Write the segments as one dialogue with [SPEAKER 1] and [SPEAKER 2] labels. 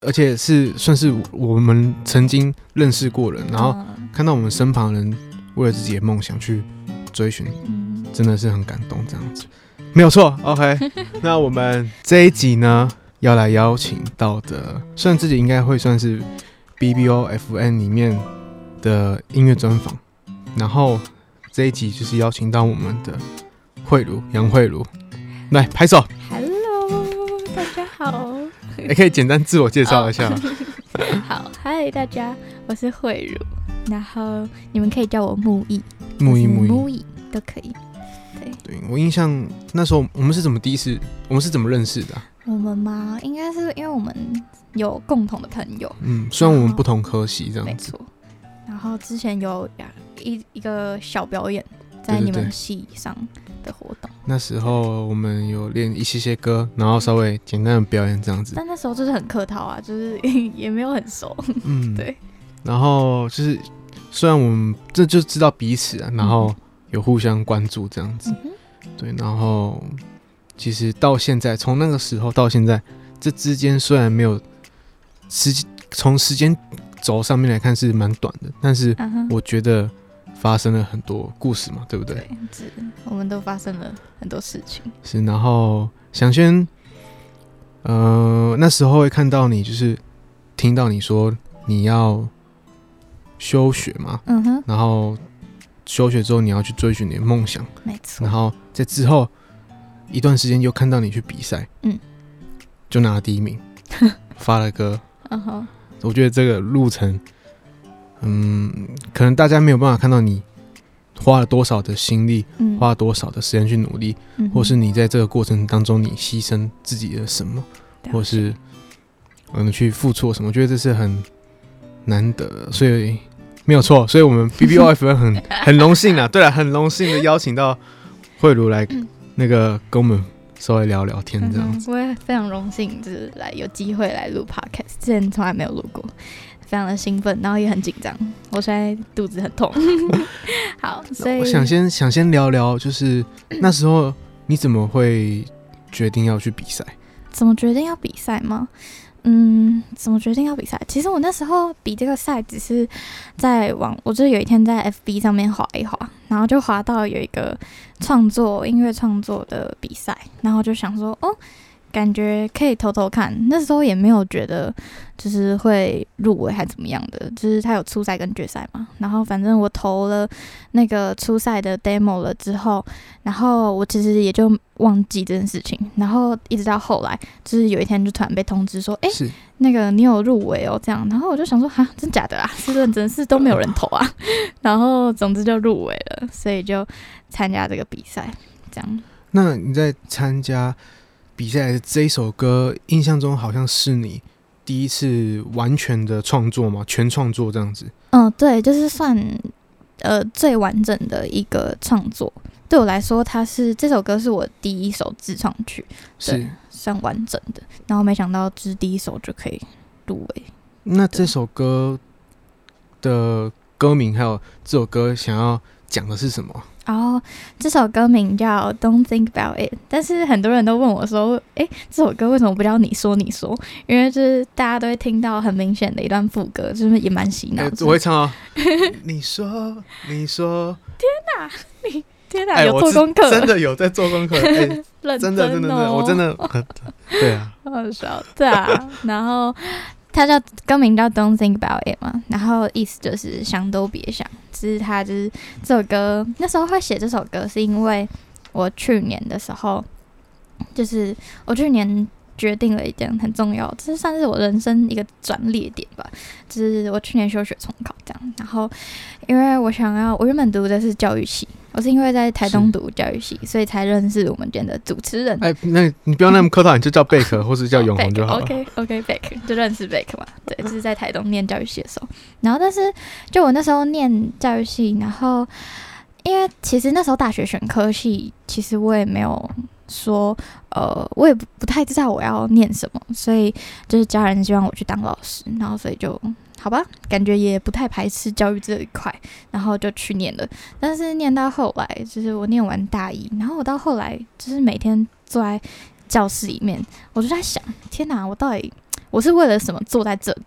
[SPEAKER 1] 而且是算是我们曾经认识过人，然后看到我们身旁人为了自己的梦想去追寻，真的是很感动这样子。没有错 ，OK 。那我们这一集呢，要来邀请到的，虽然自己应该会算是 BBOFN 里面的音乐专访，然后这一集就是邀请到我们的慧茹杨慧茹，来拍手。
[SPEAKER 2] Hello， 大家好。
[SPEAKER 1] 可以简单自我介绍一下。
[SPEAKER 2] 好，嗨，大家，我是慧茹，然后你们可以叫我木易，
[SPEAKER 1] 木易
[SPEAKER 2] 都可以。
[SPEAKER 1] 对，我印象那时候我们是怎么认识的
[SPEAKER 2] 我们吗？应该是因为我们有共同的朋友。
[SPEAKER 1] 虽然我们不同科系这样子。
[SPEAKER 2] 没错。然后之前有一个小表演在你们系上的活动。
[SPEAKER 1] 那时候我们有练一些歌，然后稍微简单的表演这样子。
[SPEAKER 2] 但那时候就是很客套啊，就是也没有很熟。对。
[SPEAKER 1] 然后就是虽然我们这就知道彼此啊，然后有互相关注这样子。对，然后其实到现在，从那个时候到现在，这之间虽然没有从时间轴上面来看是蛮短的，但是我觉得发生了很多故事嘛，对不对？
[SPEAKER 2] 对，我们都发生了很多事情。
[SPEAKER 1] 是，然后想先，那时候会看到你，就是听到你说你要休学嘛，然后休学之后你要去追寻你的梦想，
[SPEAKER 2] 没错。
[SPEAKER 1] 然后在之后一段时间又看到你去比赛，就拿了第1名，发了歌，我觉得这个路程。可能大家没有办法看到你花了多少的心力，花了多少的时间去努力，或是你在这个过程当中你牺牲自己的什么，或是去付出什么，我觉得这是很难得的，所以没有错，所以我们 BBOFN 很荣幸啊，对了，很荣幸的邀请到慧茹来那个跟我们稍微聊聊天这样子。
[SPEAKER 2] 我也非常荣幸，就是有机会来录 podcast， 之前从来没有录过。非常的兴奋，然后也很紧张，我现在肚子很痛。好，所以
[SPEAKER 1] 我想先聊聊，就是那时候你怎么会决定要去比赛？
[SPEAKER 2] 怎么决定要比赛吗？怎么决定要比赛？其实我那时候比这个赛，只是我就有一天在 FB 上面滑一滑，然后就滑到有一个音乐创作的比赛，然后就想说，感觉可以偷偷看，那时候也没有觉得就是会入围还怎么样的，就是他有初赛跟决赛嘛，然后反正我投了那个初赛的 demo 了之后，然后我其实也就忘记这件事情，然后一直到后来，就是有一天就突然被通知说，那个你有入围这样，然后我就想说，哈，真假的啦，是认真，是都没有人投啊，然后总之就入围了，所以就参加这个比赛，这样。
[SPEAKER 1] 那你在参加比赛的这一首歌，印象中好像是你第一次完全的创作嘛，全创作这样子。
[SPEAKER 2] 对，就是算最完整的一个创作。对我来说，这首歌是我第一首自创曲，对，算完整的。然后没想到，就是第一首就可以入围。
[SPEAKER 1] 那这首歌的歌名还有这首歌想要讲的是什么？
[SPEAKER 2] 这首歌名叫 Don't Think About It， 但是很多人都问我说，这首歌为什么不叫你说？因为就是大家都会听到很明显的一段副歌，就是也蛮洗脑的。
[SPEAKER 1] 我会唱你说，
[SPEAKER 2] 天哪，有做功课，
[SPEAKER 1] 真的有在做功课，真的，我真的，对啊，
[SPEAKER 2] 好笑，对啊，然后它歌名叫 Don't Think About It 嘛，然后意思就是想都别想。其实它就是这首歌，那时候会写这首歌，是因为我去年的时候，就是我去年决定了一件很重要，这算是我人生一个转捩点吧。就是我去年休学重考这样，然后因为我原本读的是教育系，我是因为在台东读教育系，所以才认识我们今天的主持人。
[SPEAKER 1] 那你不要那么客套，你就叫贝壳或是叫永红就好了。
[SPEAKER 2] OK， 贝壳就认识贝壳嘛。对，就是在台东念教育系的时候，然后但是就我那时候念教育系，然后因为其实那时候大学选科系，其实我也没有说我也不太知道我要念什么，所以就是家人希望我去当老师，然后所以就好吧，感觉也不太排斥教育这一块，然后就去念了。但是念到后来，就是我念完大一，然后我到后来就是每天坐在教室里面，我就在想，天哪，我到底我是为了什么坐在这里，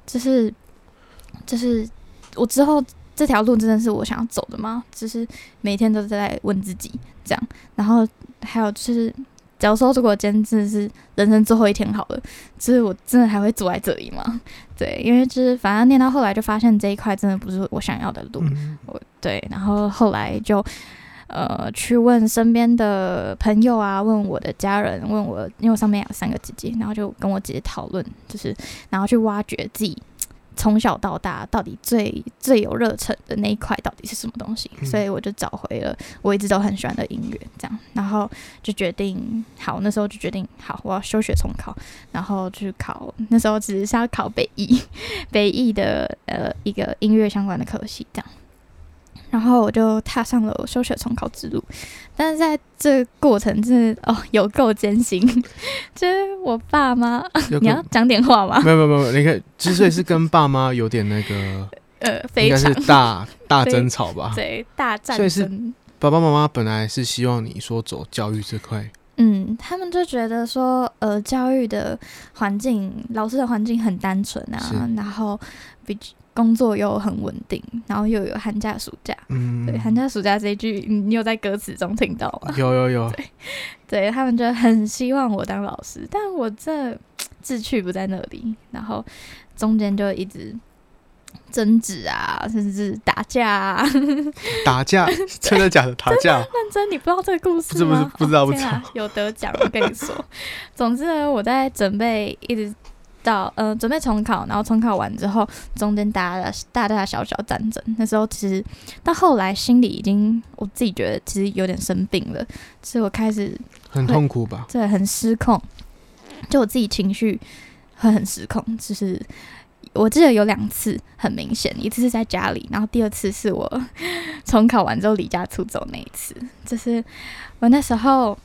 [SPEAKER 2] 就是我之后这条路真的是我想要走的吗？就是每天都在问自己这样，然后还有就是，假如说如果今天真的是人生最后一天好了，就是我真的还会坐在这里吗？对，因为就是反正念到后来就发现这一块真的不是我想要的路，对，然后后来就去问身边的朋友啊，问我的家人，问我，因为我上面有3个姐姐，然后就跟我姐姐讨论，就是然后去挖掘自己从小到大到底最有热忱的那一块到底是什么东西，所以我就找回了我一直都很喜欢的音乐，这样，然后就决定好，那时候就决定好，我要休学重考，然后去考，那时候只是要考北艺的一个音乐相关的科系，这样。然后我就踏上了我休学重考之路，但是在这个过程真的有够艰辛。就是我爸妈，你要讲点话吗？
[SPEAKER 1] 没有，你看，之所以是跟爸妈有点那个，
[SPEAKER 2] 非常
[SPEAKER 1] 应该是大争吵吧？
[SPEAKER 2] 对，大战争。
[SPEAKER 1] 所以是爸爸妈妈本来是希望你说走教育这块。
[SPEAKER 2] 他们就觉得说，教育的环境，老师的环境很单纯啊，然后工作又很稳定，然后又有寒假暑假。对，寒假暑假这一句，你有在歌词中听到吗？
[SPEAKER 1] 有。
[SPEAKER 2] 对，他们就很希望我当老师，但我这志趣不在那里，然后中间就一直争执啊，甚至打架啊。
[SPEAKER 1] 打架？真的假的？打架？
[SPEAKER 2] 认真，你不知道这个故事吗？
[SPEAKER 1] 不知道。
[SPEAKER 2] 有得奖，我跟你说。总之呢，我在准备一直到准备重考，然后重考完之后，中间大小战争。那时候其实到后来心里已经，我自己觉得其实有点生病了，所以我开始
[SPEAKER 1] 很痛苦吧？
[SPEAKER 2] 对，很失控，就我自己情绪会很失控。就是我记得有2次很明显，一次是在家里，然后第2次是我重考完之后离家出走那一次。就是我那时候，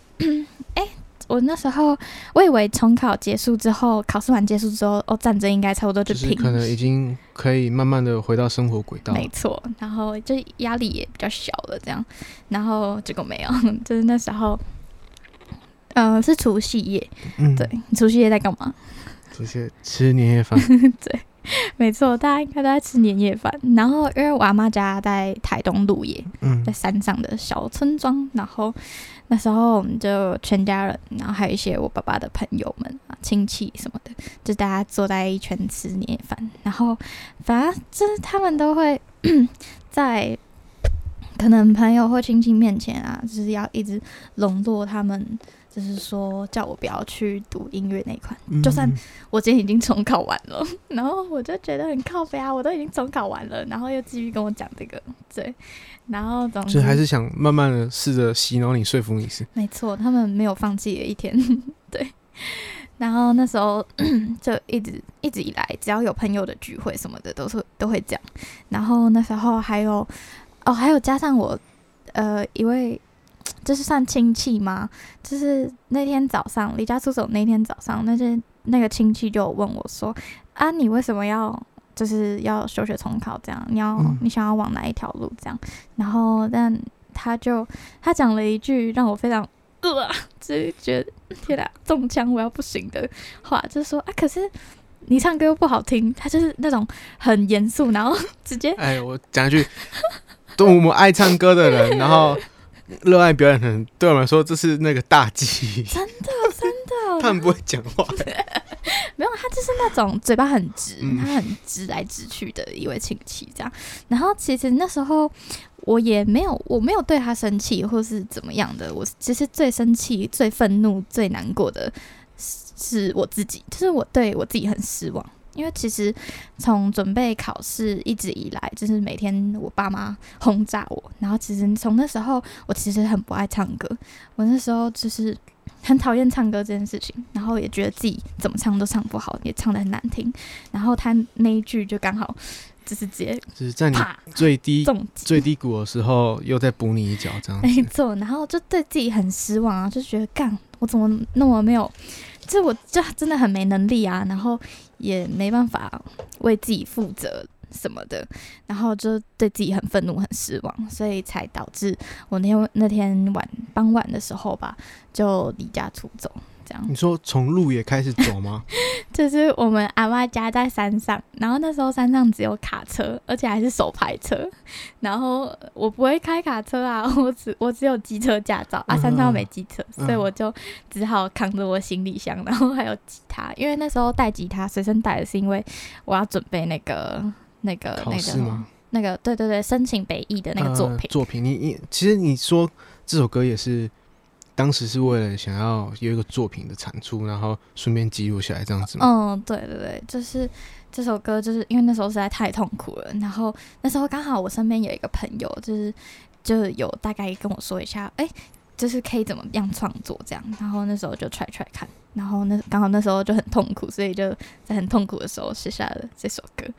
[SPEAKER 2] 我以为重考结束之后，考试完结束之后，战争应该差不多就停，
[SPEAKER 1] 就是可能已经可以慢慢的回到生活轨道。
[SPEAKER 2] 没错，然后就压力也比较小了，这样，然后结果没有，就是那时候，是除夕夜，对，除夕夜在干嘛？
[SPEAKER 1] 除夕吃年夜饭。
[SPEAKER 2] 对。没错，大家应该都在吃年夜饭。然后因为我阿妈家在台东鹿野，在山上的小村庄，然后那时候我们就全家人，然后还有一些我爸爸的朋友们啊、亲戚什么的，就大家坐在一圈吃年夜饭。然后反正就是他们都会在可能朋友或亲戚面前啊，就是要一直笼络他们。就是说叫我不要去读音乐那一块，就算我今天已经重考完了，然后我就觉得很靠北啊，我都已经重考完了，然后又继续跟我讲这个，对，然后总之
[SPEAKER 1] 就还是想慢慢的试着洗脑你，说服你是
[SPEAKER 2] 没错，他们没有放弃的一天，对。然后那时候就一直以来，只要有朋友的聚会什么的，都会这样。然后那时候还有加上我一位。就是算亲戚吗？就是那天早上离家出走那天早上，那个亲戚就问我说：“啊，你为什么就是要休学重考？这样，你想要往哪一条路？这样？”然后，但他讲了一句让我非常就是觉得天哪，中枪我要不行的话，就是说啊，可是你唱歌又不好听。他就是那种很严肃，然后直接
[SPEAKER 1] 我讲一句，对我们爱唱歌的人，然后。热爱表演的人，对我们来说这是那个大忌。真的，他们不会讲话。
[SPEAKER 2] 没有，他就是那种嘴巴很直，他很直来直去的一位亲戚这样。然后其实那时候我没有对他生气或是怎么样的，我其实最生气、最愤怒、最难过的是我自己，就是我对我自己很失望。因为其实从准备考试一直以来，就是每天我爸妈轰炸我，然后其实从那时候我其实很不爱唱歌，我那时候就是很讨厌唱歌这件事情，然后也觉得自己怎么唱都唱不好，也唱得很难听，然后他那一句就刚好就是直接
[SPEAKER 1] 就是在你最低谷的时候又再补你一脚这样子，
[SPEAKER 2] 没错，然后就对自己很失望啊，就觉得干我怎么那么没有，就我就真的很没能力啊，然后也没办法为自己负责， 什么的，然后就对自己很愤怒很失望，所以才导致我那天傍晚的时候吧，就离家出走。
[SPEAKER 1] 你说从鹿野开始走吗？
[SPEAKER 2] 就是我们阿嬷家在山上，然后那时候山上只有卡车，而且还是手排车，然后我不会开卡车啊，我只有机车驾照啊，山上没机车，所以我就只好扛着我行李箱，然后还有吉他，因为那时候带吉他随身带的是因为我要准备那个
[SPEAKER 1] 考试吗？
[SPEAKER 2] 那个对对对，申请北艺的那个作品。
[SPEAKER 1] 其实你说这首歌也是。当时是为了想要有一个作品的产出，然后顺便记录下来这样子吗？
[SPEAKER 2] 对对对，就是这首歌，就是因为那时候实在太痛苦了，然后那时候刚好我身边有一个朋友，就有大概跟我说一下，就是可以怎么样创作这样，然后那时候就 try 看，然后刚好那时候就很痛苦，所以就在很痛苦的时候写下了这首歌，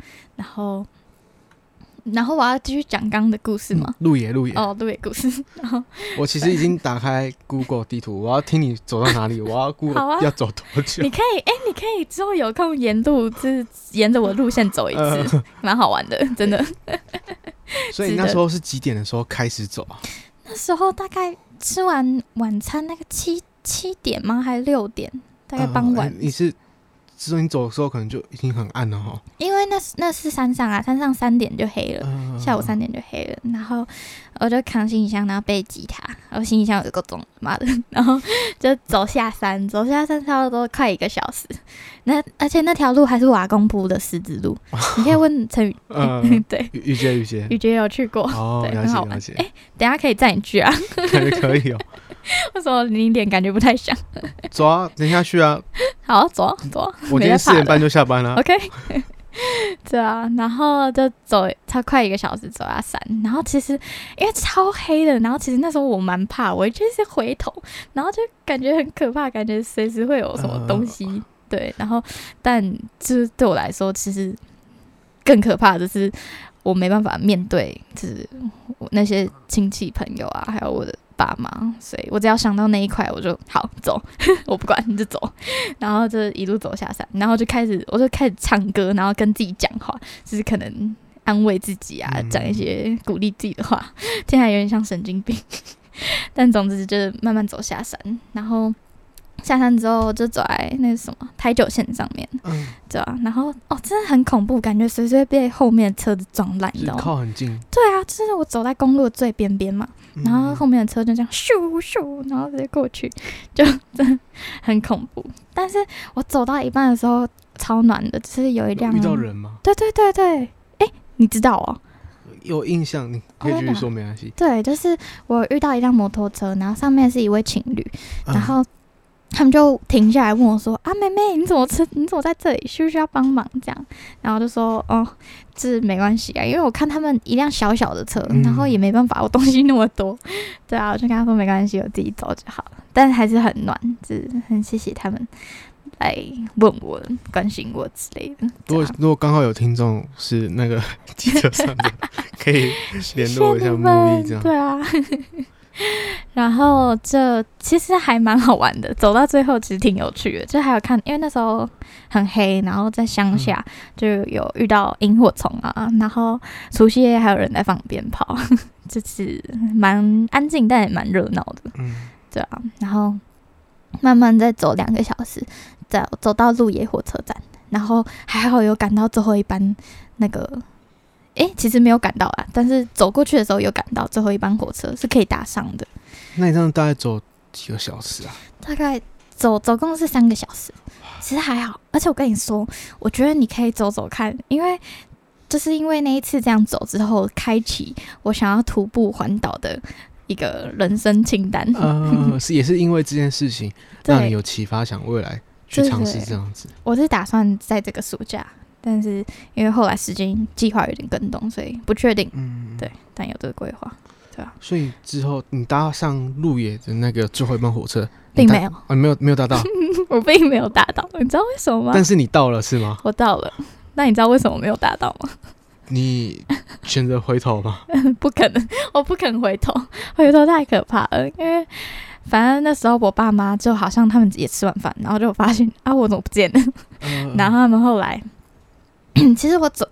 [SPEAKER 2] 然后我要继续讲刚刚的故事吗？
[SPEAKER 1] 鹿野
[SPEAKER 2] 故事。然后
[SPEAKER 1] 我其实已经打开 Google 地图，我要听你走到哪里，我要 Google 要走多久？
[SPEAKER 2] 你可以之后有空沿路就是沿着我的路线走一次，蛮好玩的，真的。
[SPEAKER 1] 所以你那时候是几点的时候开始走啊？
[SPEAKER 2] 那时候大概吃完晚餐那个7点吗？还是6点？大概傍晚。
[SPEAKER 1] 你是之后你走的时候可能就已经很暗了哈，
[SPEAKER 2] 因为那是山上啊，山上3点就黑了，下午3点就黑了，然后我就扛行李箱，然后背吉他，然后行李箱有个重，妈的，然后就走下山差不多快1个小时，而且那条路还是我阿公铺的石子路，你可以问陈宇，对，
[SPEAKER 1] 雨杰有去过，
[SPEAKER 2] 对，
[SPEAKER 1] 了
[SPEAKER 2] 很好玩，
[SPEAKER 1] 解，
[SPEAKER 2] 等一下可以载你去啊，
[SPEAKER 1] 感觉可以哦。
[SPEAKER 2] 为什么你脸感觉不太像？
[SPEAKER 1] 走啊，等一下去啊。
[SPEAKER 2] 好，走啊。
[SPEAKER 1] 我今天4点半就下班了。
[SPEAKER 2] OK 。对啊，然后就走超快1个小时走下山，然后其实因为超黑的，然后其实那时候我蛮怕，我就是回头，然后就感觉很可怕，感觉随时会有什么东西。对，然后但就是对我来说，其实更可怕的是我没办法面对，就是我那些亲戚朋友啊，还有我的爸妈，所以我只要想到那一块，我就好走，我不管，你就走，然后就一路走下山，然后我就开始唱歌，然后跟自己讲话，就是可能安慰自己啊，讲一些鼓励自己的话，听起来有点像神经病，但总之就是慢慢走下山，然后下山之后就走在那个什么台九线上面，对啊，然后真的很恐怖，感觉随时会被后面的车子撞烂，你知道吗？
[SPEAKER 1] 靠很近。
[SPEAKER 2] 对啊，就是我走在公路的最边边嘛，然后后面的车就这样咻咻，然后直接过去，就真的很恐怖。但是我走到一半的时候超暖的，就是有一辆
[SPEAKER 1] 遇到人吗？
[SPEAKER 2] 对，你知道哦？
[SPEAKER 1] 有印象，你可以继续说，没关系。
[SPEAKER 2] 对，就是我遇到一辆摩托车，然后上面是一位情侣，然后他们就停下来问我说：“啊，妹妹，你怎么在这里？需不需要帮忙？”这样，然后就说：“这没关系啊，因为我看他们一辆小小的车，然后也没办法，我东西那么多，对啊，我就跟他说没关系，我自己走就好了。但还是很暖，就是很谢谢他们来问我、关心我之类的。
[SPEAKER 1] 如果刚好有听众是那个机车上的，可以联络一下木易这样。
[SPEAKER 2] 对啊。”然后这其实还蛮好玩的，走到最后其实挺有趣的，就还有看，因为那时候很黑，然后在乡下就有遇到萤火虫啊，然后除夕夜还有人在放鞭炮，就是蛮安静但也蛮热闹的，对啊，然后慢慢再走2个小时，走到鹿野火车站，然后还好有赶到最后一班那个。其实没有赶到啊，但是走过去的时候有赶到最后一班火车是可以搭上的。
[SPEAKER 1] 那你这样大概走几个小时啊？
[SPEAKER 2] 大概走共是3个小时，其实还好。而且我跟你说，我觉得你可以走走看，因为那一次这样走之后，开启我想要徒步环岛的一个人生清单。
[SPEAKER 1] 也是因为这件事情让你有启发，想未来去尝试这样子。
[SPEAKER 2] 我是打算在这个暑假。但是因为后来时间计划有点更动，所以不确定。对，但有这个规划，对啊。
[SPEAKER 1] 所以之后你搭上鹿野的那个最后一班火车，
[SPEAKER 2] 并没有，
[SPEAKER 1] 没有搭到。
[SPEAKER 2] 我并没有搭到，你知道为什么吗？
[SPEAKER 1] 但是你到了是吗？
[SPEAKER 2] 我到了，那你知道为什么没有搭到吗？
[SPEAKER 1] 你选择回头吗？
[SPEAKER 2] 不可能，我不肯回头，回头太可怕了，因为。反正那时候我爸妈就好像他们也吃完饭，然后就发现啊我怎么不见了，然后他们后来其实我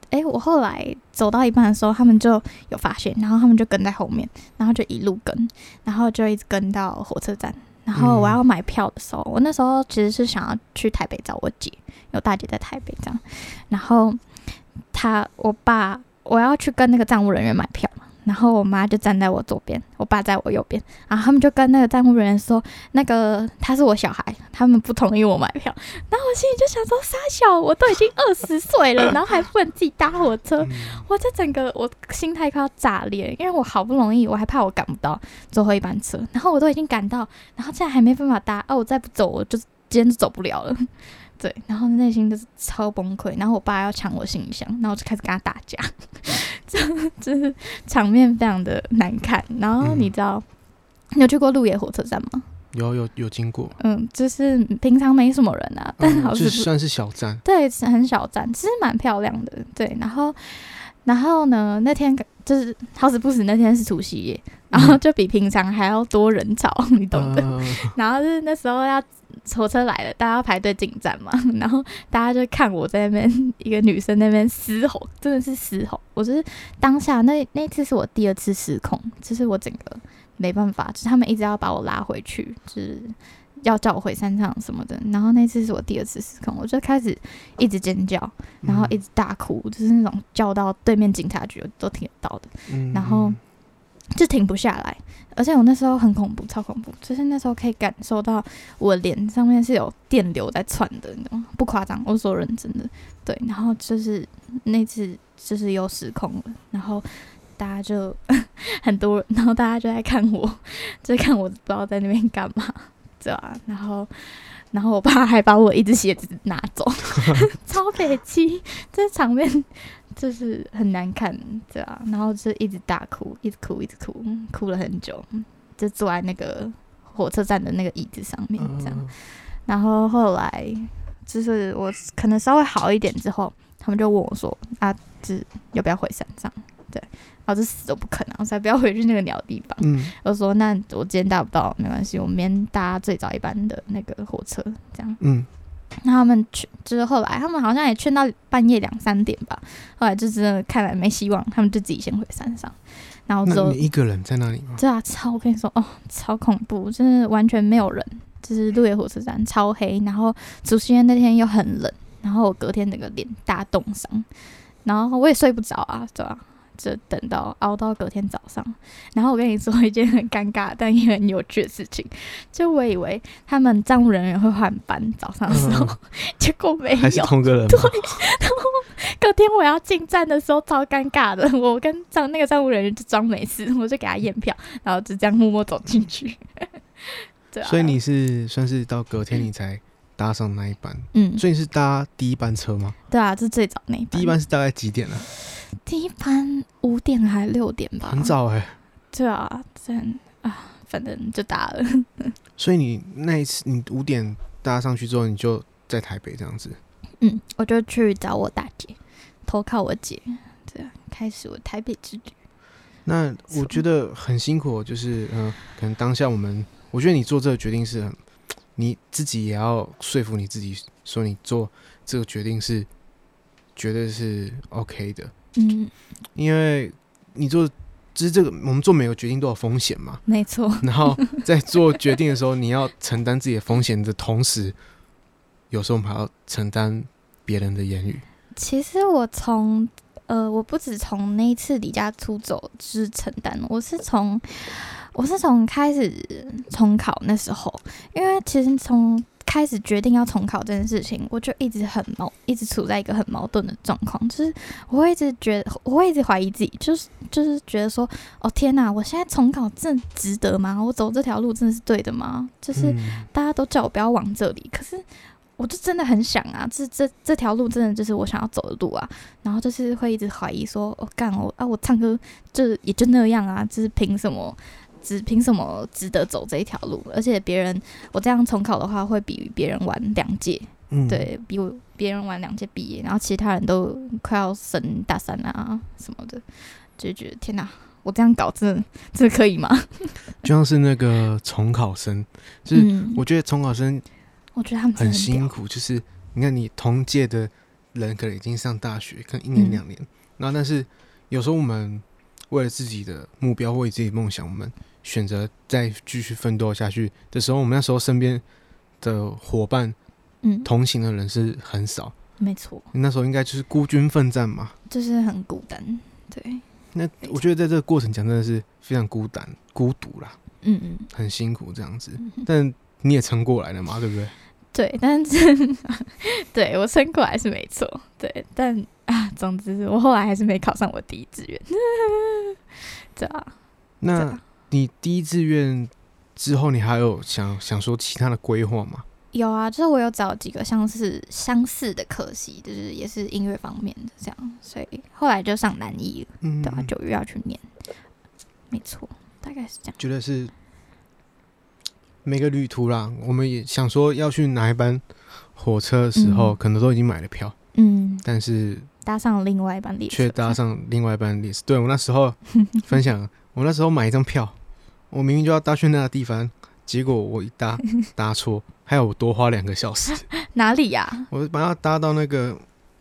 [SPEAKER 2] 我后来走到一半的时候，他们就有发现，然后他们就跟在后面，然后就一路跟，然后就一直跟到火车站。然后我要买票的时候，我那时候其实是想要去台北找我姐，有大姐在台北这样。然后我要去跟那个站务人员买票，然后我妈就站在我左边，我爸在我右边，然后他们就跟那个站务人员说，那个他是我小孩，他们不同意我买票。然后我心里就想说，傻小，我都已经20岁了，然后还不能自己搭火车，我这整个我心态快要炸裂，因为我好不容易，我还怕我赶不到最后一班车，然后我都已经赶到，然后现在还没办法搭，我再不走，我就今天就走不了了。对，然后内心就是超崩溃，然后我爸要抢我行李箱，然后我就开始跟他打架，就是场面非常的难看。然后你知道，你有去过鹿野火车站吗？
[SPEAKER 1] 有经过，
[SPEAKER 2] 就是平常没什么人啊，但好像
[SPEAKER 1] 就算是小站，
[SPEAKER 2] 对，很小站，其实蛮漂亮的，对。然后呢，那天就是好死不死，那天是除夕夜，然后就比平常还要多人潮，你懂的。然后是那时候火车来了，大家要排队进站嘛，然后大家就看我在那边一个女生那边嘶吼，真的是嘶吼。我就是当下那次是我第2次失控，就是我整个没办法，就是他们一直要把我拉回去，就是要叫我回山上什么的。然后那次是我第2次失控，我就开始一直尖叫，然后一直大哭，就是那种叫到对面警察局都听得到的，然后就停不下来。而且我那时候很恐怖，超恐怖，就是那时候可以感受到我脸上面是有电流在窜的，你知道吗？不夸张，我说认真的。对，然后就是那次就是又失控了，然后大家就很多人，然后大家就在看我，就看我不知道在那边干嘛，对吧？然后我爸还把我一只鞋子拿走，超北七，这场面就是很难看，对啊。然后就一直大哭，一直哭，哭了很久，就坐在那个火车站的那个椅子上面这样。然后后来就是我可能稍微好一点之后，他们就问我说就是要不要回山上？对，然后就死都不肯我才不要回去那个鸟地方。我说那我今天搭不到没关系，我明天搭最早一班的那个火车，这样。那他们就是后来他们好像也劝到半夜2-3点吧，后来就真的看来没希望，他们就自己先回山上。然后之后
[SPEAKER 1] 那你一个人在那里吗？
[SPEAKER 2] 对啊，我跟你说超恐怖，真的完全没有人，就是鹿野火车站超黑，然后除夕夜那天又很冷，然后我隔天整个脸大冻伤，然后我也睡不着啊，对吧？就等到熬到隔天早上，然后我跟你说一件很尴尬但也很有趣的事情，就我以为他们站务人员会换班早上的时候，结果没有，
[SPEAKER 1] 还是同个人吗？
[SPEAKER 2] 对，然后隔天我要进站的时候超尴尬的，我跟那个站务人员就装没事，我就给他验票，然后就这样默默走进去。对啊，
[SPEAKER 1] 所以你是算是到隔天你才搭上那一班，所以你是搭第一班车吗？
[SPEAKER 2] 对啊，是最早那一班。
[SPEAKER 1] 第一班是大概几点啊？
[SPEAKER 2] 第一班5点还6点吧，
[SPEAKER 1] 很早
[SPEAKER 2] 对啊，反正就搭了。
[SPEAKER 1] 所以你那一次你5点搭上去之后，你就在台北这样子？
[SPEAKER 2] 我就去找我大姐，投靠我姐，对啊，开始我台北之旅。
[SPEAKER 1] 那我觉得很辛苦，就是可能当下我觉得你做这个决定是你自己也要说服你自己，说你做这个决定是绝对是 OK 的。因为你做就是这个，我们做每个决定都有风险嘛，
[SPEAKER 2] 没错。
[SPEAKER 1] 然后在做决定的时候，你要承担自己的风险的同时，有时候我们还要承担别人的言语。
[SPEAKER 2] 其实我不止从那一次离家出走就是承担，我是从开始重考那时候，因为其实从开始决定要重考这件事情，我就一直处在一个很矛盾的状况，就是我会一直怀疑自己，就是觉得说，天哪，我现在重考真的值得吗？我走这条路真的是对的吗？就是大家都叫我不要往这里，可是我就真的很想啊，这条路真的就是我想要走的路啊，然后就是会一直怀疑说，我唱歌就也就那样啊，就是凭什么值得走这一条路？而且我这样重考的话，会比别人晚2届，对，比别人晚2届毕业，然后其他人都快要升大3啊什么的，就觉得天哪，我这样搞真的可以吗？
[SPEAKER 1] 就像是那个重考生，就是我觉得重考生，
[SPEAKER 2] 我觉得他们
[SPEAKER 1] 很辛苦，就是你看你同届的人可能已经上大学，可能1年2年，然后但是有时候我们为了自己的目标，为自己的梦想，我们选择再继续奋斗下去的时候，我们那时候身边的伙伴，同行的人是很少。
[SPEAKER 2] 没错，
[SPEAKER 1] 那时候应该就是孤军奋战嘛，
[SPEAKER 2] 就是很孤单。对，
[SPEAKER 1] 那我觉得在这个过程讲真的是非常孤独啦，很辛苦这样子，但你也撑过来了嘛，对不对？
[SPEAKER 2] 对，但是对我撑过来是没错，对，但总之我后来还是没考上我第一志愿。对啊，
[SPEAKER 1] 那你第一志愿之后，你还有想说其他的规划吗？
[SPEAKER 2] 有啊，就是我有找几个相似的科系，就是也是音乐方面的这样，所以后来就上南艺了，对啊，9月要去念，没错，大概是这样。
[SPEAKER 1] 觉得是每个旅途啦，我们也想说要去哪一班火车的时候，可能都已经买了票，但是
[SPEAKER 2] 搭上了另外一班列车，
[SPEAKER 1] 却搭上另外一班列车。对，我那时候分享，我那时候买一张票，我明明就要搭去那个地方，结果我一搭错，还有我多花2个小时。
[SPEAKER 2] 哪里呀？
[SPEAKER 1] 我把它搭到那个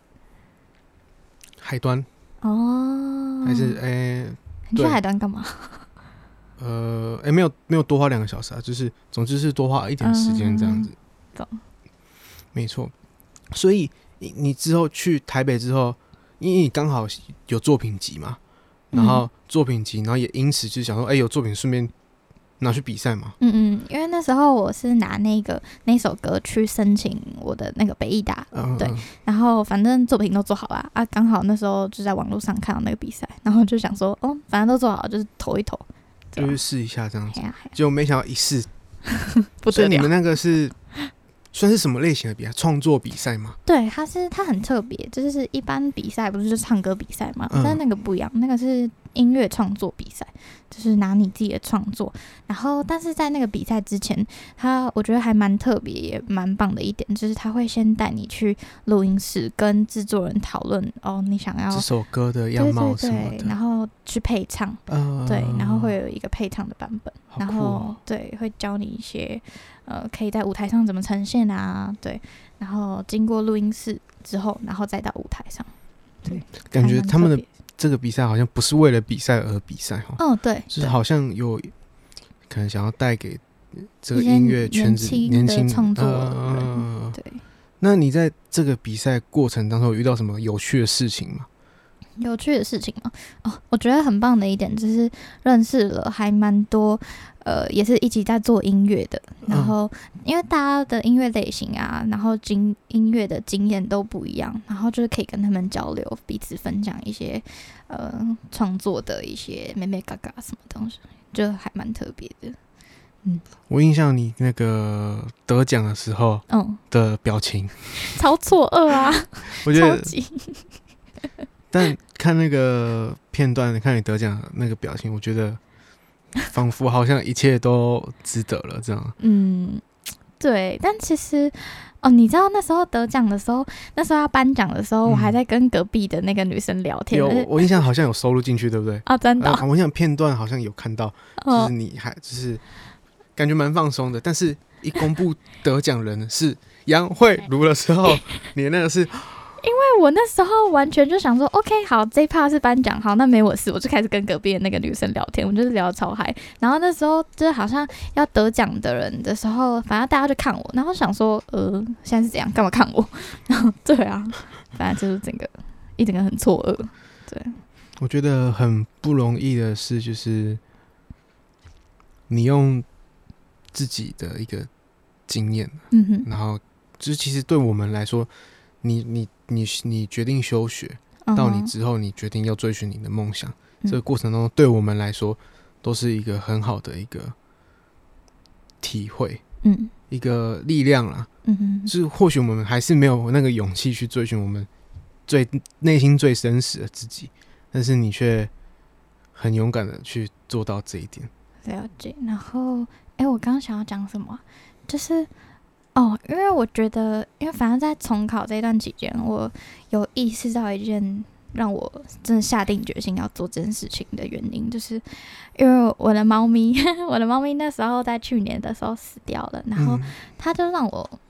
[SPEAKER 1] 海端哦，还是
[SPEAKER 2] 你去海端干嘛？
[SPEAKER 1] 没有多花2个小时啊，就是总之是多花一点时间这样子。没错。所以你之后去台北之后，因为你刚好有作品集嘛，然后作品集，然后也因此就想说，有作品顺便拿去比赛嘛。因
[SPEAKER 2] 为那时候我是拿那首歌去申请我的那个北艺大，对，然后反正作品都做好了啊，刚好那时候就在网络上看到那个比赛，然后就想说，反正都做好了，就是投一投，
[SPEAKER 1] 就去试一下这样子。结果没想到一试
[SPEAKER 2] 不得了。
[SPEAKER 1] 所以你们那个是算是什么类型的比赛？创作比赛吗？
[SPEAKER 2] 对，它很特别，就是一般比赛不是就唱歌比赛嘛，但那个不一样，那个是音乐创作比赛，就是拿你自己的创作，然后但是在那个比赛之前，我觉得还蛮特别也蛮棒的一点，就是他会先带你去录音室跟制作人讨论你想要
[SPEAKER 1] 这首歌的样貌什么的，
[SPEAKER 2] 对，然后去配唱，对，然后会有一个配唱的版本，然后对，会教你一些可以在舞台上怎么呈现啊，对，然后经过录音室之后，然后再到舞台上，对，
[SPEAKER 1] 感觉他们的这个比赛好像不是为了比赛而比赛
[SPEAKER 2] 对，
[SPEAKER 1] 就是好像有可能想要带给这个音乐圈子年轻
[SPEAKER 2] 创作人，对。
[SPEAKER 1] 那你在这个比赛过程当中有遇到什么有趣的事情吗？
[SPEAKER 2] 有趣的事情吗？我觉得很棒的一点就是认识了还蛮多也是一起在做音乐的，然后因为大家的音乐类型啊，然后音乐的经验都不一样，然后就是可以跟他们交流，彼此分享一些创作的一些妹妹嘎嘎什么东西，就还蛮特别的。
[SPEAKER 1] 我印象你那个得奖的时候的表情
[SPEAKER 2] 超错愕啊，
[SPEAKER 1] 我觉得
[SPEAKER 2] 超级
[SPEAKER 1] 但看那个片段，看你得奖的那个表情，我觉得仿佛好像一切都值得了这样。
[SPEAKER 2] 对，但其实你知道那时候得奖的时候，那时候要颁奖的时候，我还在跟隔壁的那个女生聊天。
[SPEAKER 1] 我印象好像有收录进去，对不对？
[SPEAKER 2] 真的。
[SPEAKER 1] 我印象片段好像有看到，就是你还就是感觉蛮放松的，但是一公布得奖人是杨慧茹的时候，你那个是。
[SPEAKER 2] 因为我那时候完全就想说 OK 好，这一 part 是颁奖，好，那没我事，我就开始跟隔壁的那个女生聊天，我就是聊得超嗨。然后那时候就是好像要得奖的人的时候，反正大家就看我，然后想说现在是怎样，干嘛看我？然后对啊，反正就是一整个很错愕。对，
[SPEAKER 1] 我觉得很不容易的是，就是你用自己的一个经验，然后就是其实对我们来说，你决定休学，到你之后你决定要追寻你的梦想，这个过程中对我们来说都是一个很好的一个体会，一个力量啦。就是或许我们还是没有那个勇气去追寻我们内心最真实的自己，但是你却很勇敢的去做到这一点。
[SPEAKER 2] 了解。然后我刚刚想要讲什么，就是因为我觉得，因为反正在重考这段期间，我有意识到一件让我真的下定决心要做这件事情的原因，就是因为我的猫咪那时候在去年的时候死掉了，然后它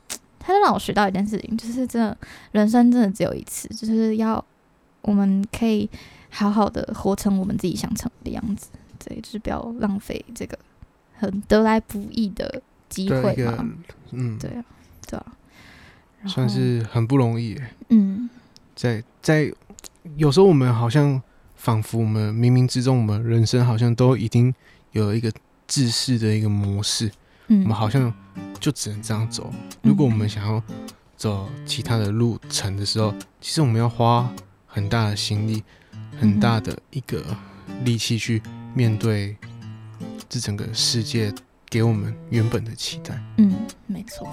[SPEAKER 2] 他就让我学到一件事情，就是真的人生真的只有一次，就是我们可以好好的活成我们自己想成的样子，对，就是不要浪费这个很得来不易的机会嘛。对啊，对啊，
[SPEAKER 1] 算是很不容易耶。在有时候我们好像仿佛我们冥冥之中，我们人生好像都已经有一个制式的一个模式，我们好像就只能这样走。如果我们想要走其他的路程的时候，其实我们要花很大的心力，很大的一个力气去面对这整个世界给我们原本的期待。
[SPEAKER 2] 没错。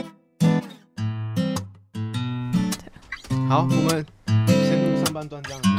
[SPEAKER 1] 好，我们先录上半段这样。